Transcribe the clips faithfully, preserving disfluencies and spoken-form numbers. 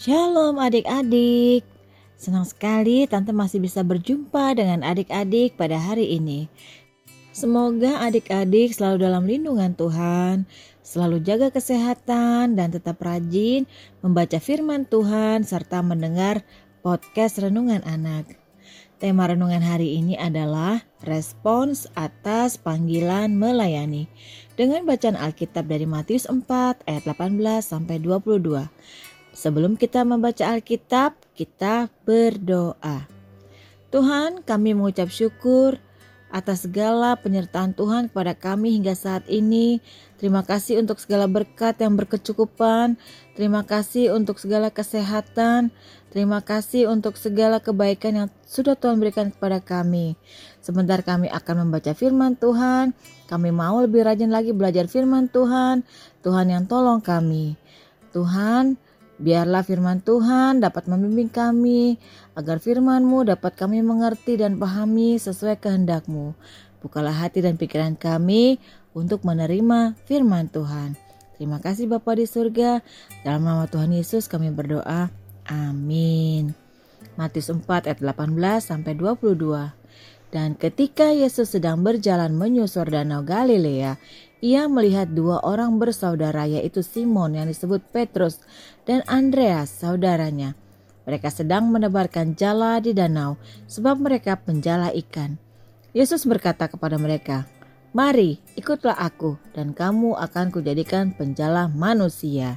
Shalom adik-adik. Senang sekali Tante masih bisa berjumpa dengan adik-adik pada hari ini. Semoga adik-adik selalu dalam lindungan Tuhan, selalu jaga kesehatan dan tetap rajin membaca firman Tuhan serta mendengar podcast Renungan Anak. Tema renungan hari ini adalah respons atas panggilan melayani. Dengan bacaan Alkitab dari Matius empat ayat delapan belas sampai dua puluh dua. Sebelum kita membaca Alkitab, kita berdoa. Tuhan, kami mengucap syukur atas segala penyertaan Tuhan kepada kami hingga saat ini. Terima kasih untuk segala berkat yang berkecukupan. Terima kasih untuk segala kesehatan. Terima kasih untuk segala kebaikan yang sudah Tuhan berikan kepada kami. Sebentar kami akan membaca firman Tuhan. Kami mau lebih rajin lagi belajar firman Tuhan. Tuhan yang tolong kami. Tuhan, biarlah firman Tuhan dapat membimbing kami, agar firman-Mu dapat kami mengerti dan pahami sesuai kehendak-Mu. Bukalah hati dan pikiran kami untuk menerima firman Tuhan. Terima kasih Bapa di surga, dalam nama Tuhan Yesus kami berdoa, amin. Matius empat ayat delapan belas sampai dua puluh dua. Dan ketika Yesus sedang berjalan menyusur danau Galilea, ia melihat dua orang bersaudara, yaitu Simon yang disebut Petrus dan Andreas saudaranya. Mereka sedang menebarkan jala di danau sebab mereka penjala ikan. Yesus berkata kepada mereka, "Mari, ikutlah aku dan kamu akan kujadikan penjala manusia."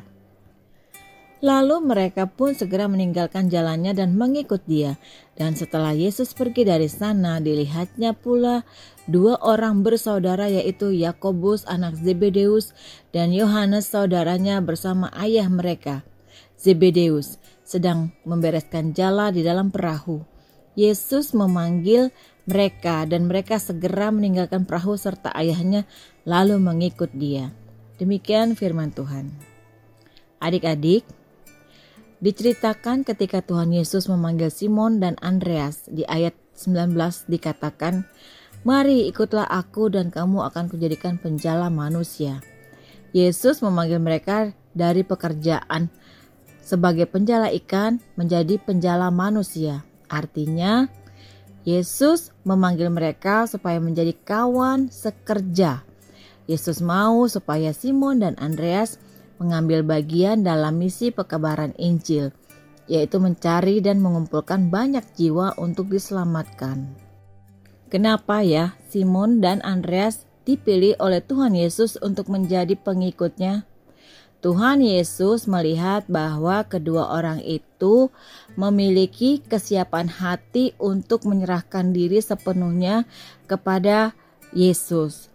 Lalu mereka pun segera meninggalkan jalannya dan mengikut dia. Dan setelah Yesus pergi dari sana, dilihatnya pula dua orang bersaudara, yaitu Yakobus anak Zebedeus dan Yohanes saudaranya bersama ayah mereka, Zebedeus, sedang membereskan jala di dalam perahu. Yesus memanggil mereka dan mereka segera meninggalkan perahu serta ayahnya lalu mengikut dia. Demikian firman Tuhan. Adik-adik, diceritakan ketika Tuhan Yesus memanggil Simon dan Andreas, di ayat sembilan belas dikatakan, "Mari ikutlah aku dan kamu akan kujadikan penjala manusia." Yesus memanggil mereka dari pekerjaan sebagai penjala ikan menjadi penjala manusia. Artinya, Yesus memanggil mereka supaya menjadi kawan sekerja. Yesus mau supaya Simon dan Andreas mengambil bagian dalam misi pekabaran Injil, yaitu mencari dan mengumpulkan banyak jiwa untuk diselamatkan. Kenapa ya Simon dan Andreas dipilih oleh Tuhan Yesus untuk menjadi pengikutnya? Tuhan Yesus melihat bahwa kedua orang itu memiliki kesiapan hati untuk menyerahkan diri sepenuhnya kepada Yesus.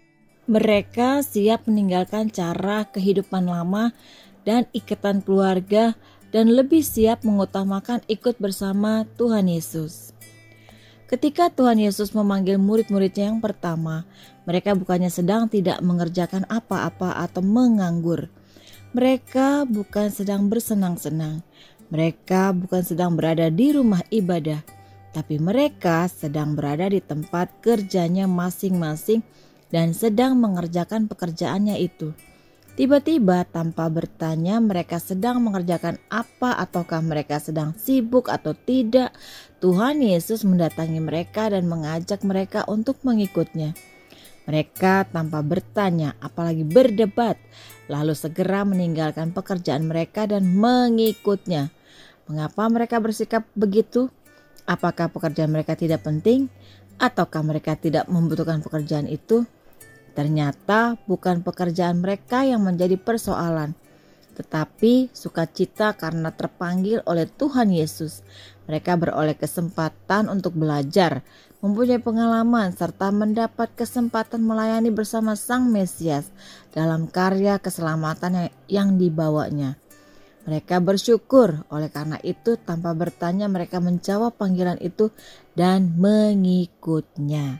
Mereka siap meninggalkan cara kehidupan lama dan ikatan keluarga dan lebih siap mengutamakan ikut bersama Tuhan Yesus. Ketika Tuhan Yesus memanggil murid-muridnya yang pertama, mereka bukannya sedang tidak mengerjakan apa-apa atau menganggur. Mereka bukan sedang bersenang-senang. Mereka bukan sedang berada di rumah ibadah, tapi mereka sedang berada di tempat kerjanya masing-masing dan sedang mengerjakan pekerjaannya itu. Tiba-tiba tanpa bertanya mereka sedang mengerjakan apa ataukah mereka sedang sibuk atau tidak, Tuhan Yesus mendatangi mereka dan mengajak mereka untuk mengikutnya. Mereka tanpa bertanya apalagi berdebat, lalu segera meninggalkan pekerjaan mereka dan mengikutnya. Mengapa mereka bersikap begitu? Apakah pekerjaan mereka tidak penting? Ataukah mereka tidak membutuhkan pekerjaan itu? Ternyata bukan pekerjaan mereka yang menjadi persoalan, tetapi sukacita karena terpanggil oleh Tuhan Yesus. Mereka beroleh kesempatan untuk belajar, mempunyai pengalaman, serta mendapat kesempatan melayani bersama Sang Mesias dalam karya keselamatan yang dibawanya. Mereka bersyukur, oleh karena itu tanpa bertanya mereka menjawab panggilan itu dan mengikutnya.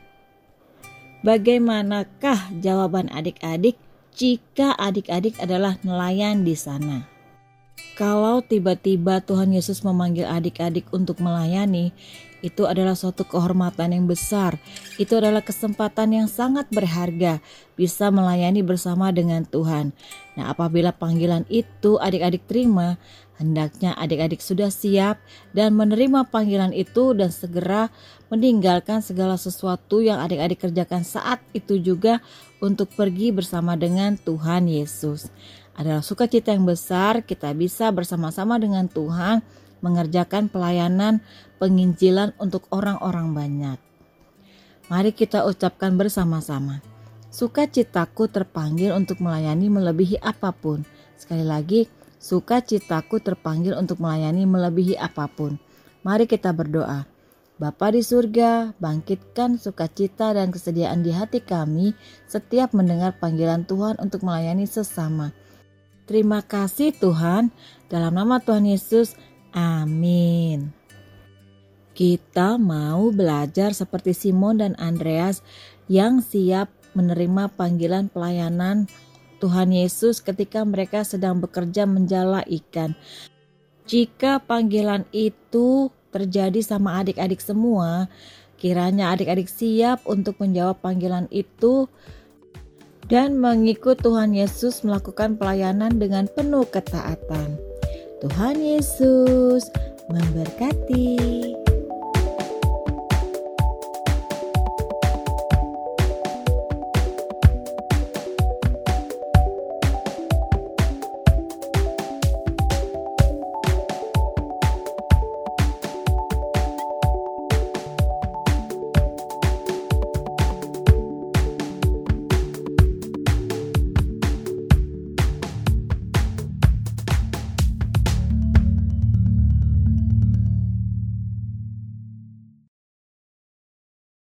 Bagaimanakah jawaban adik-adik jika adik-adik adalah nelayan di sana? Kalau tiba-tiba Tuhan Yesus memanggil adik-adik untuk melayani, itu adalah suatu kehormatan yang besar. Itu adalah kesempatan yang sangat berharga, bisa melayani bersama dengan Tuhan. Nah, apabila panggilan itu adik-adik terima, Hendaknya adik-adik sudah siap dan menerima panggilan itu dan segera meninggalkan segala sesuatu yang adik-adik kerjakan saat itu juga untuk pergi bersama dengan Tuhan Yesus. Adalah sukacita yang besar kita bisa bersama-sama dengan Tuhan mengerjakan pelayanan penginjilan untuk orang-orang banyak. Mari kita ucapkan bersama-sama. Sukacitaku terpanggil untuk melayani melebihi apapun. Sekali lagi, sukacitaku terpanggil untuk melayani melebihi apapun. Mari kita berdoa. Bapa di surga, bangkitkan sukacita dan kesediaan di hati kami setiap mendengar panggilan Tuhan untuk melayani sesama. Terima kasih Tuhan, dalam nama Tuhan Yesus, amin. Kita mau belajar seperti Simon dan Andreas yang siap menerima panggilan pelayanan Tuhan Yesus ketika mereka sedang bekerja menjala ikan. Jika panggilan itu terjadi sama adik-adik semua, kiranya adik-adik siap untuk menjawab panggilan itu dan mengikut Tuhan Yesus melakukan pelayanan dengan penuh ketaatan. Tuhan Yesus memberkati.